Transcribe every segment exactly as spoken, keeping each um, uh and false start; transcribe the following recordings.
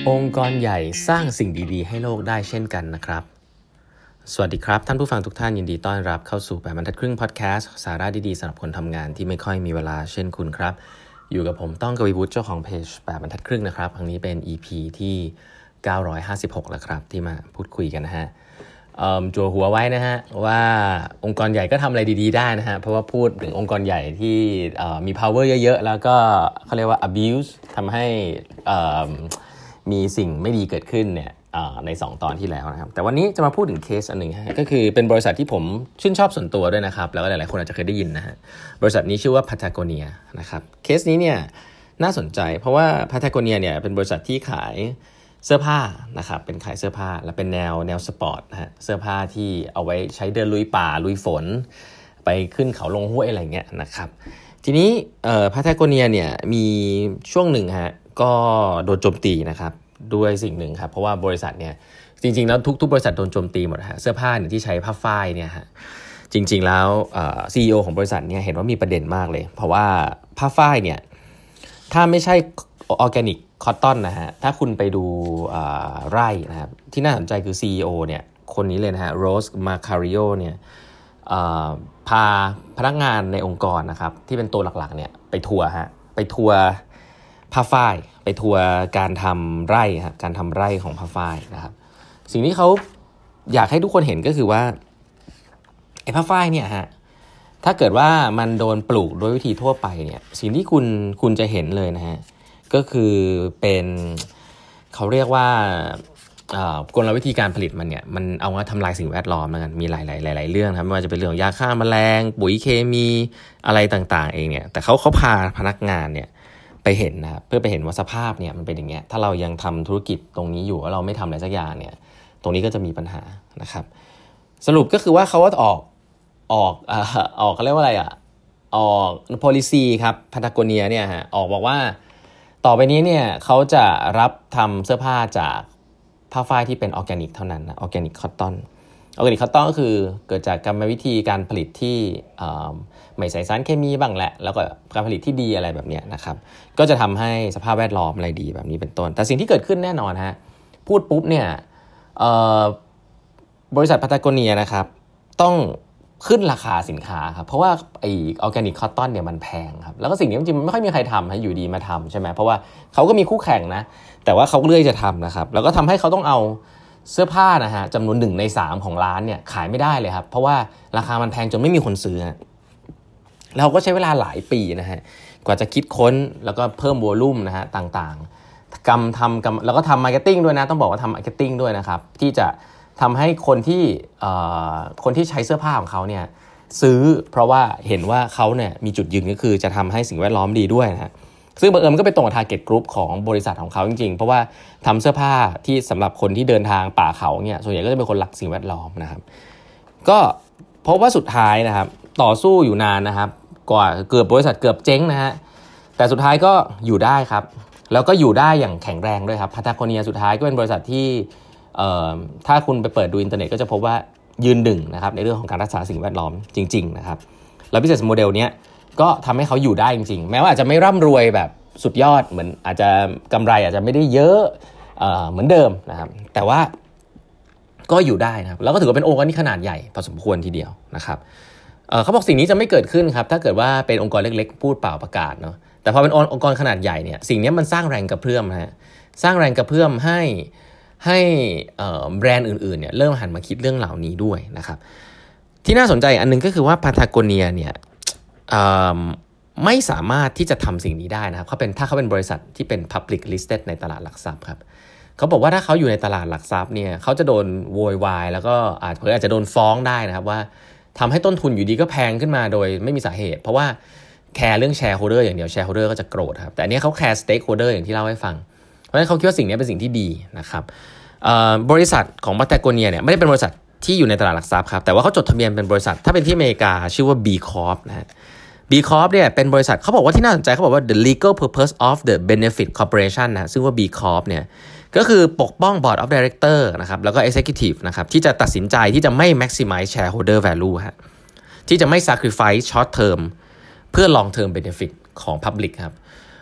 องค์กรใหญ่สร้างสิ่งดีๆให้โลกได้เช่นกันนะครับสวัสดีครับท่านผู้ฟังทุกท่านยินดีต้อนรับเข้าสู่แปดบรรทัดครึ่งพอดแคสต์สาระดีๆสำหรับคนทำงานที่ไม่ค่อยมีเวลาเช่นคุณครับอยู่กับผมต้องกวีวุฒิเจ้าของเพจแปดบรรทัดครึ่งนะครับครั้งนี้เป็น อี พี ที่เก้าร้อยห้าสิบหกแล้วครับที่มาพูดคุยกันนะฮะจั่วหัวไว้นะฮะว่าองค์กรใหญ่ก็ทำอะไรดีๆได้นะฮะเพราะว่าพูดถึงองค์กรใหญ่ที่มี power เยอะๆแล้วก็เขาเรียกว่า abuse ทำให้มีสิ่งไม่ดีเกิดขึ้นเนี่ยในสองตอนที่แล้วนะครับแต่วันนี้จะมาพูดถึงเคสอันหนึ่งฮะก็คือเป็นบริษัทที่ผมชื่นชอบส่วนตัวด้วยนะครับแล้วก็หลายๆคนอาจจะเคยได้ยินนะฮะบริษัทนี้ชื่อว่า Patagonia นะครับเคสนี้เนี่ยน่าสนใจเพราะว่า Patagonia เนี่ยเป็นบริษัทที่ขายเสื้อผ้านะครับเป็นขายเสื้อผ้าและเป็นแนวแนวสปอร์ตนะฮะเสื้อผ้าที่เอาไว้ใช้เดินลุยป่าลุยฝนไปขึ้นเขาลงห้วยอะไรเงี้ยนะครับทีนี้เอ่อ Patagonia เนี่ยมีช่วงหนึ่งฮะก็โดนโจมตีนะครับด้วยสิ่งหนึ่งครับเพราะว่าบริษัทเนี่ยจริงๆแล้วทุกๆบริษัทโดนโจมตีหมดฮะเสื้อผ้าเนี่ยที่ใช้ผ้าฝ้ายเนี่ยฮะจริงๆแล้วเอ่อ ซี อี โอ ของบริษัทเนี่ยเห็นว่ามีประเด็นมากเลยเพราะว่าผ้าฝ้ายเนี่ยถ้าไม่ใช่ออร์แกนิกคอตตอนนะฮะถ้าคุณไปดูไร่นะครับที่น่าสนใจคือ ซี อี โอ เนี่ยคนนี้เลยนะฮะโรสมาคาริโอเนี่ยพาพนักงานในองค์กรนะครับที่เป็นตัวหลักๆเนี่ยไปทัวร์ฮะไปทัวร์ผ้าฝ้ายไปทัวร์การทำไร่ฮะการทำไร่ของผ้าฝ้ายนะครับสิ่งที่เขาอยากให้ทุกคนเห็นก็คือว่าไอ้ผ้าฝ้ายเนี่ยฮะถ้าเกิดว่ามันโดนปลูกโดยวิธีทั่วไปเนี่ยสิ่งที่คุณคุณจะเห็นเลยนะฮะก็คือเป็นเขาเรียกว่ากลวิธีการผลิตมันเนี่ยมันเอามาทำลายสิ่งแวดล้อมแล้วกันมีหลายๆหลายๆเรื่องครับไม่ว่าจะเป็นเรื่องยาฆ่าแมลงปุ๋ยเคมีอะไรต่างๆเองเนี่ยแต่เขาเขาพาพนักงานเนี่ยไปเห็นนะครับเพื่อไปเห็นว่าสภาพเนี่ยมันเป็นอย่างเงี้ยถ้าเรายังทำธุรกิจตรงนี้อยู่แล้วเราไม่ทำอะไรสักอย่างเนี่ยตรงนี้ก็จะมีปัญหานะครับสรุปก็คือว่าเขาว่าออกออกอ่าออกเขาเรียกว่าอะไรอ่ะออก policy ครับ Patagonia เนี่ยฮะออกบอกว่าต่อไปนี้เนี่ยเขาจะรับทำเสื้อผ้าจากผ้าฝ้ายที่เป็นออร์แกนิกเท่านั้นนะออร์แกนิกคอตตอนออร์แกนิกคอตตอนก็คือเกิดจากกรรมวิธีการผลิตที่ไม่ใส่สารเคมีบ้างแหละแล้วก็การผลิตที่ดีอะไรแบบนี้นะครับก็จะทำให้สภาพแวดล้อมอะไรดีแบบนี้เป็นต้นแต่สิ่งที่เกิดขึ้นแน่นอนฮะพูดปุ๊บเนี่ยบริษัท Patagonia นะครับต้องขึ้นราคาสินค้าครับเพราะว่าไอออร์แกนิกคอตตอนเนี่ยมันแพงครับแล้วก็สิ่งนี้จริงๆไม่ค่อยมีใครทำให้อยู่ดีมาทำใช่ไหมเพราะว่าเขาก็มีคู่แข่งนะแต่ว่าเขาเลือกจะทำนะครับแล้วก็ทำให้เขาต้องเอาเสื้อผ้านะฮะจำนวนหนึ่งในสามของร้านเนี่ยขายไม่ได้เลยครับเพราะว่าราคามันแพงจนไม่มีคนซื้อเราก็ใช้เวลาหลายปีนะฮะกว่าจะคิดค้นแล้วก็เพิ่มวอลลุ่มนะฮะต่างๆกำทำกำแล้วก็ทำมาร์เก็ตติ้งด้วยนะต้องบอกว่าทำมาร์เก็ตติ้งด้วยนะครับที่จะทำให้คนที่คนที่ใช้เสื้อผ้าของเขาเนี่ยซื้อเพราะว่าเห็นว่าเขาเนี่ยมีจุดยืนก็คือจะทำให้สิ่งแวดล้อมดีด้วยนะฮะซึ่งบังเอิญมันก็ไปตรงกับ target group ของบริษัทของเขาจริงๆเพราะว่าทำเสื้อผ้าที่สำหรับคนที่เดินทางป่าเขาเนี่ยส่วนใหญ่ก็จะเป็นคนรักสิ่งแวดล้อมนะครับก็เพราะว่าสุดท้ายนะครับต่อสู้อยู่นานนะครับกว่าเกือบบริษัทเกือบเจ๊งนะฮะแต่สุดท้ายก็อยู่ได้ครับแล้วก็อยู่ได้อย่างแข็งแรงด้วยครับ Patagonia สุดท้ายก็เป็นบริษัทที่ถ้าคุณไปเปิดดูอินเทอร์เน็ตก็จะพบว่ายืนหนึ่งนะครับในเรื่องของการรักษาสิ่งแวดล้อมจริงๆนะครับแล้ว business model เนี้ยก็ทำให้เขาอยู่ได้จริงๆแม้ว่าอาจจะไม่ร่ำรวยแบบสุดยอดเหมือนอาจจะกำไรอาจจะไม่ได้เยอะเอ่อเหมือนเดิมนะครับแต่ว่าก็อยู่ได้นะครับแล้วก็ถือว่าเป็นองค์กรที่ขนาดใหญ่พอสมควรทีเดียวนะครับเอ่อเขาบอกสิ่งนี้จะไม่เกิดขึ้นครับถ้าเกิดว่าเป็นองค์กรเล็กๆพูดเปล่าประกาศเนาะแต่พอเป็นองค์กรขนาดใหญ่เนี่ยสิ่งนี้มันสร้างแรงกระเพื่อมนะฮะสร้างแรงกระเพื่อมให้ให้แบรนด์อื่นๆเนี่ยเริ่มหันมาคิดเรื่องเหล่านี้ด้วยนะครับที่น่าสนใจอันนึงก็คือว่า Patagonia เนี่ยไม่สามารถที่จะทำสิ่งนี้ได้นะครับเขาเป็นถ้าเขาเป็นบริษัทที่เป็น public listed ในตลาดหลักทรัพย์ครับเขาบอกว่าถ้าเขาอยู่ในตลาดหลักทรัพย์เนี่ยเขาจะโดนโวยวายแล้วก็อาจจะอาจจะโดนฟ้องได้นะครับว่าทำให้ต้นทุนอยู่ดีก็แพงขึ้นมาโดยไม่มีสาเหตุเพราะว่าแคร์เรื่อง shareholder อย่างเดียว shareholder ก็จะโกรธครับแต่อันนี้เขาแคร์ stakeholder อย่างที่เล่าให้ฟังเพราะฉะนั้นเขาคิดว่าสิ่งนี้เป็นสิ่งที่ดีนะครับบริษัทของ Patagonia เนี่ยไม่ได้เป็นบริษัทที่อยู่ในตลาดหลักทรัพย์ครับแต่ว่าเขาจดทะเบียนเป็นบริษัทถ้าเป็นที่อเมริกาชื่อว่า B Corp นะฮะ B Corp เนี่ยเป็นบริษัทเขาบอกว่าที่น่าสนใจเขาบอกว่า the legal purpose of the benefit corporation นะซึ่งว่า B Corp เนี่ยก็คือปกป้อง board of director นะครับแล้วก็ executive นะครับที่จะตัดสินใจที่จะไม่ maximize shareholder value ฮะที่จะไม่ sacrifice short term เพื่อ long term benefit ของ public ครับ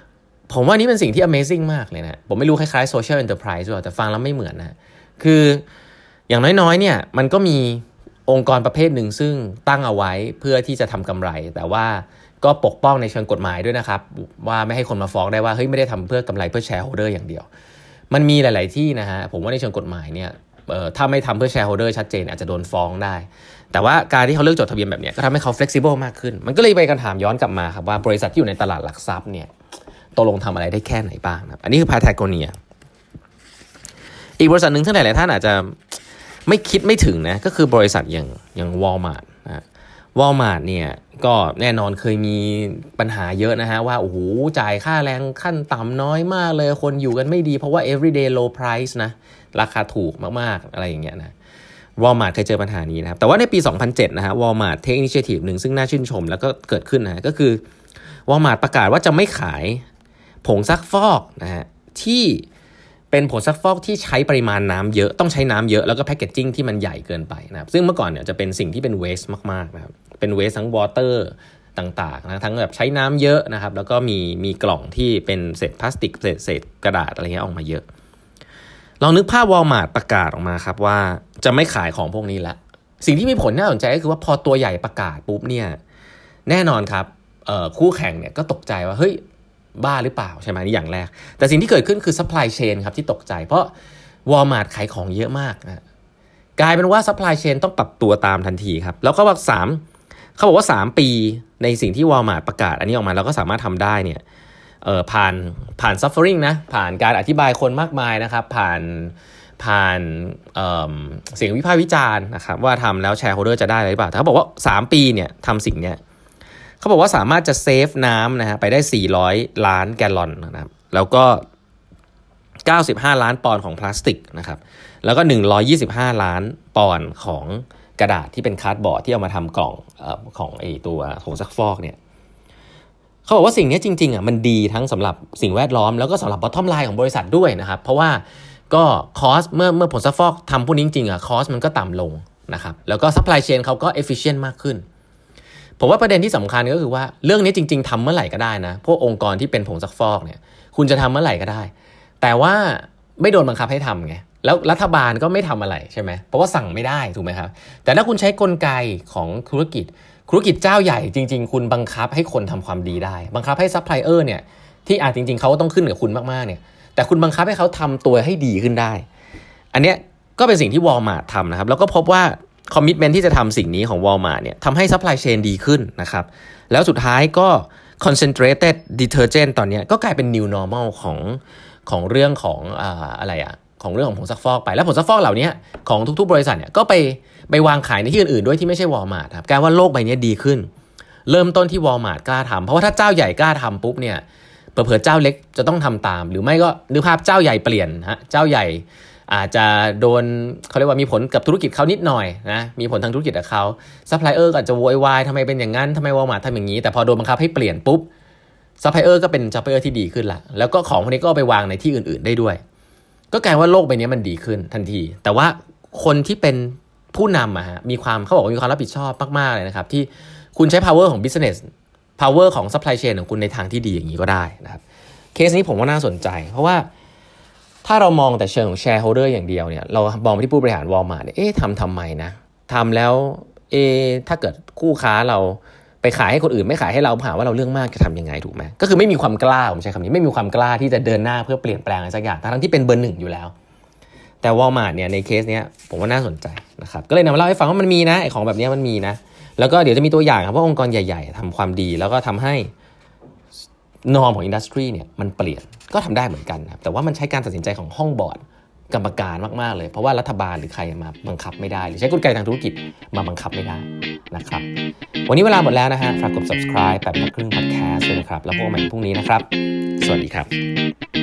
ผมว่านี่เป็นสิ่งที่ Amazing มากเลยนะผมไม่รู้คล้ายๆ Social Enterprise ด้วยแต่ฟังแล้วไม่เหมือนนะคืออย่างน้อยๆเนี่ยมันก็มีองค์กรประเภทหนึ่งซึ่งตั้งเอาไว้เพื่อที่จะทำกำไรแต่ว่าก็ปกป้องในเชิงกฎหมายด้วยนะครับว่าไม่ให้คนมาฟ้องได้ว่าเฮ้ยไม่ได้ทำเพื่อกำไรเพื่อ shareholder อย่างเดียวมันมีหลายๆที่นะฮะผมว่าในเชิงกฎหมายเนี่ยเอ่อถ้าไม่ทำเพื่อ shareholder ชัดเจนอาจจะโดนฟ้องได้แต่ว่าการที่เขาเลือกจดทะเบียนแบบนี้ก็ทำให้เขา flexible มากขึ้นมันก็เลยไปคำถามย้อนกลับมาครับว่าบริษัทที่อยู่ในตลาดหลักทรัพย์เนี่ยตกลงทำอะไรได้แค่ไหนบ้างนะอันนี้คือ Patagonia อีกบริษัทหนึ่งที่หลายๆท่านอาจจะไม่คิดไม่ถึงนะก็คือบริษัทอย่างอย่าง Walmart นะ Walmart เนี่ยก็แน่นอนเคยมีปัญหาเยอะนะฮะว่าโอ้โหจ่ายค่าแรงขั้นต่ำน้อยมากเลยคนอยู่กันไม่ดีเพราะว่า everyday low price นะราคาถูกมากๆอะไรอย่างเงี้ยนะ Walmart เคยเจอปัญหานี้นะครับแต่ว่าในปีสองพันเจ็ดนะฮะ Walmart take initiative หนึ่งซึ่งน่าชื่นชมแล้วก็เกิดขึ้นนะก็คือ Walmart ประกาศว่าจะไม่ขายผงซักฟอกนะฮะที่เป็นผงซักฟอกที่ใช้ปริมาณน้ำเยอะต้องใช้น้ำเยอะแล้วก็แพคเกจจิ้งที่มันใหญ่เกินไปนะครับซึ่งเมื่อก่อนเนี่ยจะเป็นสิ่งที่เป็นเวสต์มากๆนะครับเป็นเวสต์ทั้งวอเตอร์ต่างๆนะทั้งแบบใช้น้ำเยอะนะครับแล้วก็มีมีกล่องที่เป็นเศษพลาสติกเศษเศษกระดาษอะไรเงี้ยออกมาเยอะลองนึกภาพ Walmart ประกาศออกมาครับว่าจะไม่ขายของพวกนี้ละสิ่งที่มีผลน่าสนใจก็คือว่าพอตัวใหญ่ประกาศปุ๊บเนี่ยแน่นอนครับคู่แข่งเนี่ยก็ตกใจว่าเฮ้ยบ้าหรือเปล่าใช่ไหมนี่อย่างแรกแต่สิ่งที่เกิดขึ้นคือ supply chain ครับที่ตกใจเพราะ Walmart ขายของเยอะมากนะกลายเป็นว่า supply chain ต้องปรับตัวตามทันทีครับแล้วก็ว่าสามเขาบอกว่าสามปีในสิ่งที่ Walmart ประกาศอันนี้ออกมาเราก็สามารถทำได้เนี่ยเอ่อผ่านผ่าน suffering นะผ่านการอธิบายคนมากมายนะครับผ่านผ่านเอ่อเสียงวิพากษ์วิจารณ์นะครับว่าทำแล้ว shareholder จะได้อะไรหรือเปล่าแต่เขาบอกว่าสามปีเนี่ยทำสิ่งเนี้ยเขาบอกว่าสามารถจะเซฟน้ำนะฮะไปได้สี่ร้อยล้านแกลลอนนะครับแล้วก็เก้าสิบห้าล้านปอนด์ของพลาสติกนะครับแล้วก็หนึ่งร้อยยี่สิบห้าล้านปอนด์ของกระดาษที่เป็นคาร์ดบอร์ดที่เอามาทำกล่องเอ่อของไอ้ตัวผงซักฟอกเนี่ยเขาบอกว่าสิ่งนี้จริงๆอ่ะมันดีทั้งสำหรับสิ่งแวดล้อมแล้วก็สำหรับบอททอมไลน์ของบริษัทด้วยนะครับเพราะว่าก็คอสเมื่อเมื่อผงซักฟอกทำพวกนี้จริงๆอ่ะคอสมันก็ต่ำลงนะครับแล้วก็ซัพพลายเชนเขาก็เอฟฟิเชนต์มากขึ้นผมว่าประเด็นที่สำคัญก็คือว่าเรื่องนี้จริงๆทำเมื่อไหร่ก็ได้นะพวกองค์กรที่เป็นผงซักฟอกเนี่ยคุณจะทำเมื่อไหร่ก็ได้แต่ว่าไม่โดนบังคับให้ทำไงแล้วรัฐบาลก็ไม่ทำอะไรใช่ไหมเพราะว่าสั่งไม่ได้ถูกไหมครับแต่ถ้าคุณใช้กลไกของธุรกิจธุรกิจเจ้าใหญ่จริงๆคุณบังคับให้คนทำความดีได้บังคับให้ซัพพลายเออร์เนี่ยที่อาจจริงๆเขาต้องขึ้นกับคุณมากๆเนี่ยแต่คุณบังคับให้เขาทำตัวให้ดีขึ้นได้อันเนี้ยก็เป็นสิ่งที่ Walmart ทำนะครับแล้วก็พบว่าคอมมิตเมนต์ที่จะทำสิ่งนี้ของ Walmart เนี่ยทำให้ supply chain ดีขึ้นนะครับแล้วสุดท้ายก็ concentrated detergent ตอนนี้ก็กลายเป็น new normal ของของเรื่องของอ่าอะไรอ่ะของเรื่องของผงซักฟอกไปแล้วผงซักฟอกเหล่านี้ของทุกๆบริษัทเนี่ยก็ไปไปวางขายในที่อื่นๆด้วยที่ไม่ใช่ Walmart ครับกลายว่าโลกใบนี้ดีขึ้นเริ่มต้นที่ Walmart กล้าทำเพราะว่าถ้าเจ้าใหญ่กล้าทำปุ๊บเนี่ยเผลอๆเจ้าเล็กจะต้องทำตามหรือไม่ก็นึกภาพเจ้าใหญ่เปลี่ยนฮะเจ้าใหญ่อาจจะโดนเขาเรียกว่ามีผลกับธุรกิจเขานิดหน่อยนะมีผลทางธุรกิจกับเขาซัพพลายเออร์ก็อาจจะโวยวายทำไมเป็นอย่างนั้นทำไม Walmart ทำอย่างนี้แต่พอโดนบังคับให้เปลี่ยนปุ๊บซัพพลายเออร์ก็เป็นซัพพลายเออร์ที่ดีขึ้นละแล้วก็ของพวกนี้ก็เอาไปวางในที่อื่นๆได้ด้วยก็กลายว่าโลกใบนี้มันดีขึ้นทันทีแต่ว่าคนที่เป็นผู้นำอะฮะมีความเขาบอกว่ามีความรับผิดชอบมากๆเลยนะครับที่คุณใช้ power ของ business power ของ supply chain ของคุณในทางที่ดีอย่างนี้ก็ได้นะครับเคสนี้ผมว่าน่าสนใจเพราะว่าถ้าเรามองแต่เชิงของ shareholder อย่างเดียวเนี่ยเรามองไปที่ผู้บริหาร Walmart เนี่ยเอ๊ะทำทำไมนะทำแล้วเอ๊ะถ้าเกิดคู่ค้าเราไปขายให้คนอื่นไม่ขายให้เราหาว่าเราเรื่องมากจะทำยังไงถูกไหมก็คือไม่มีความกล้าผมใช้คำนี้ไม่มีความกล้าที่จะเดินหน้าเพื่อเปลี่ยนแปลงอะไรสักอย่างทั้งที่เป็นเบอร์หนึ่งอยู่แล้วแต่ Walmart เนี่ยในเคสเนี้ยผมว่าน่าสนใจนะครับก็เลยนำมาเล่าให้ฟังว่ามันมีนะไอ้ของแบบนี้มันมีนะแล้วก็เดี๋ยวจะมีตัวอย่างครับว่าองค์กรใหญ่ๆทำความดีแล้วก็ทำให้นอร์มของอินดัสทรีเนี่ยมันเปลี่ยนก็ทำได้เหมือนกันนะแต่ว่ามันใช้การตัดสินใจของห้องบอร์ดกรรมการมากๆเลยเพราะว่ารัฐบาลหรือใครมาบังคับไม่ได้หรือใช้กลไกทางธุรกิจมาบังคับไม่ได้นะครับวันนี้เวลาหมดแล้วนะฮะฝากกด subscribe แบบนักครึ่ง podcast ด้วยนะครับแล้วพบกันใหม่พรุ่งนี้นะครับสวัสดีครับ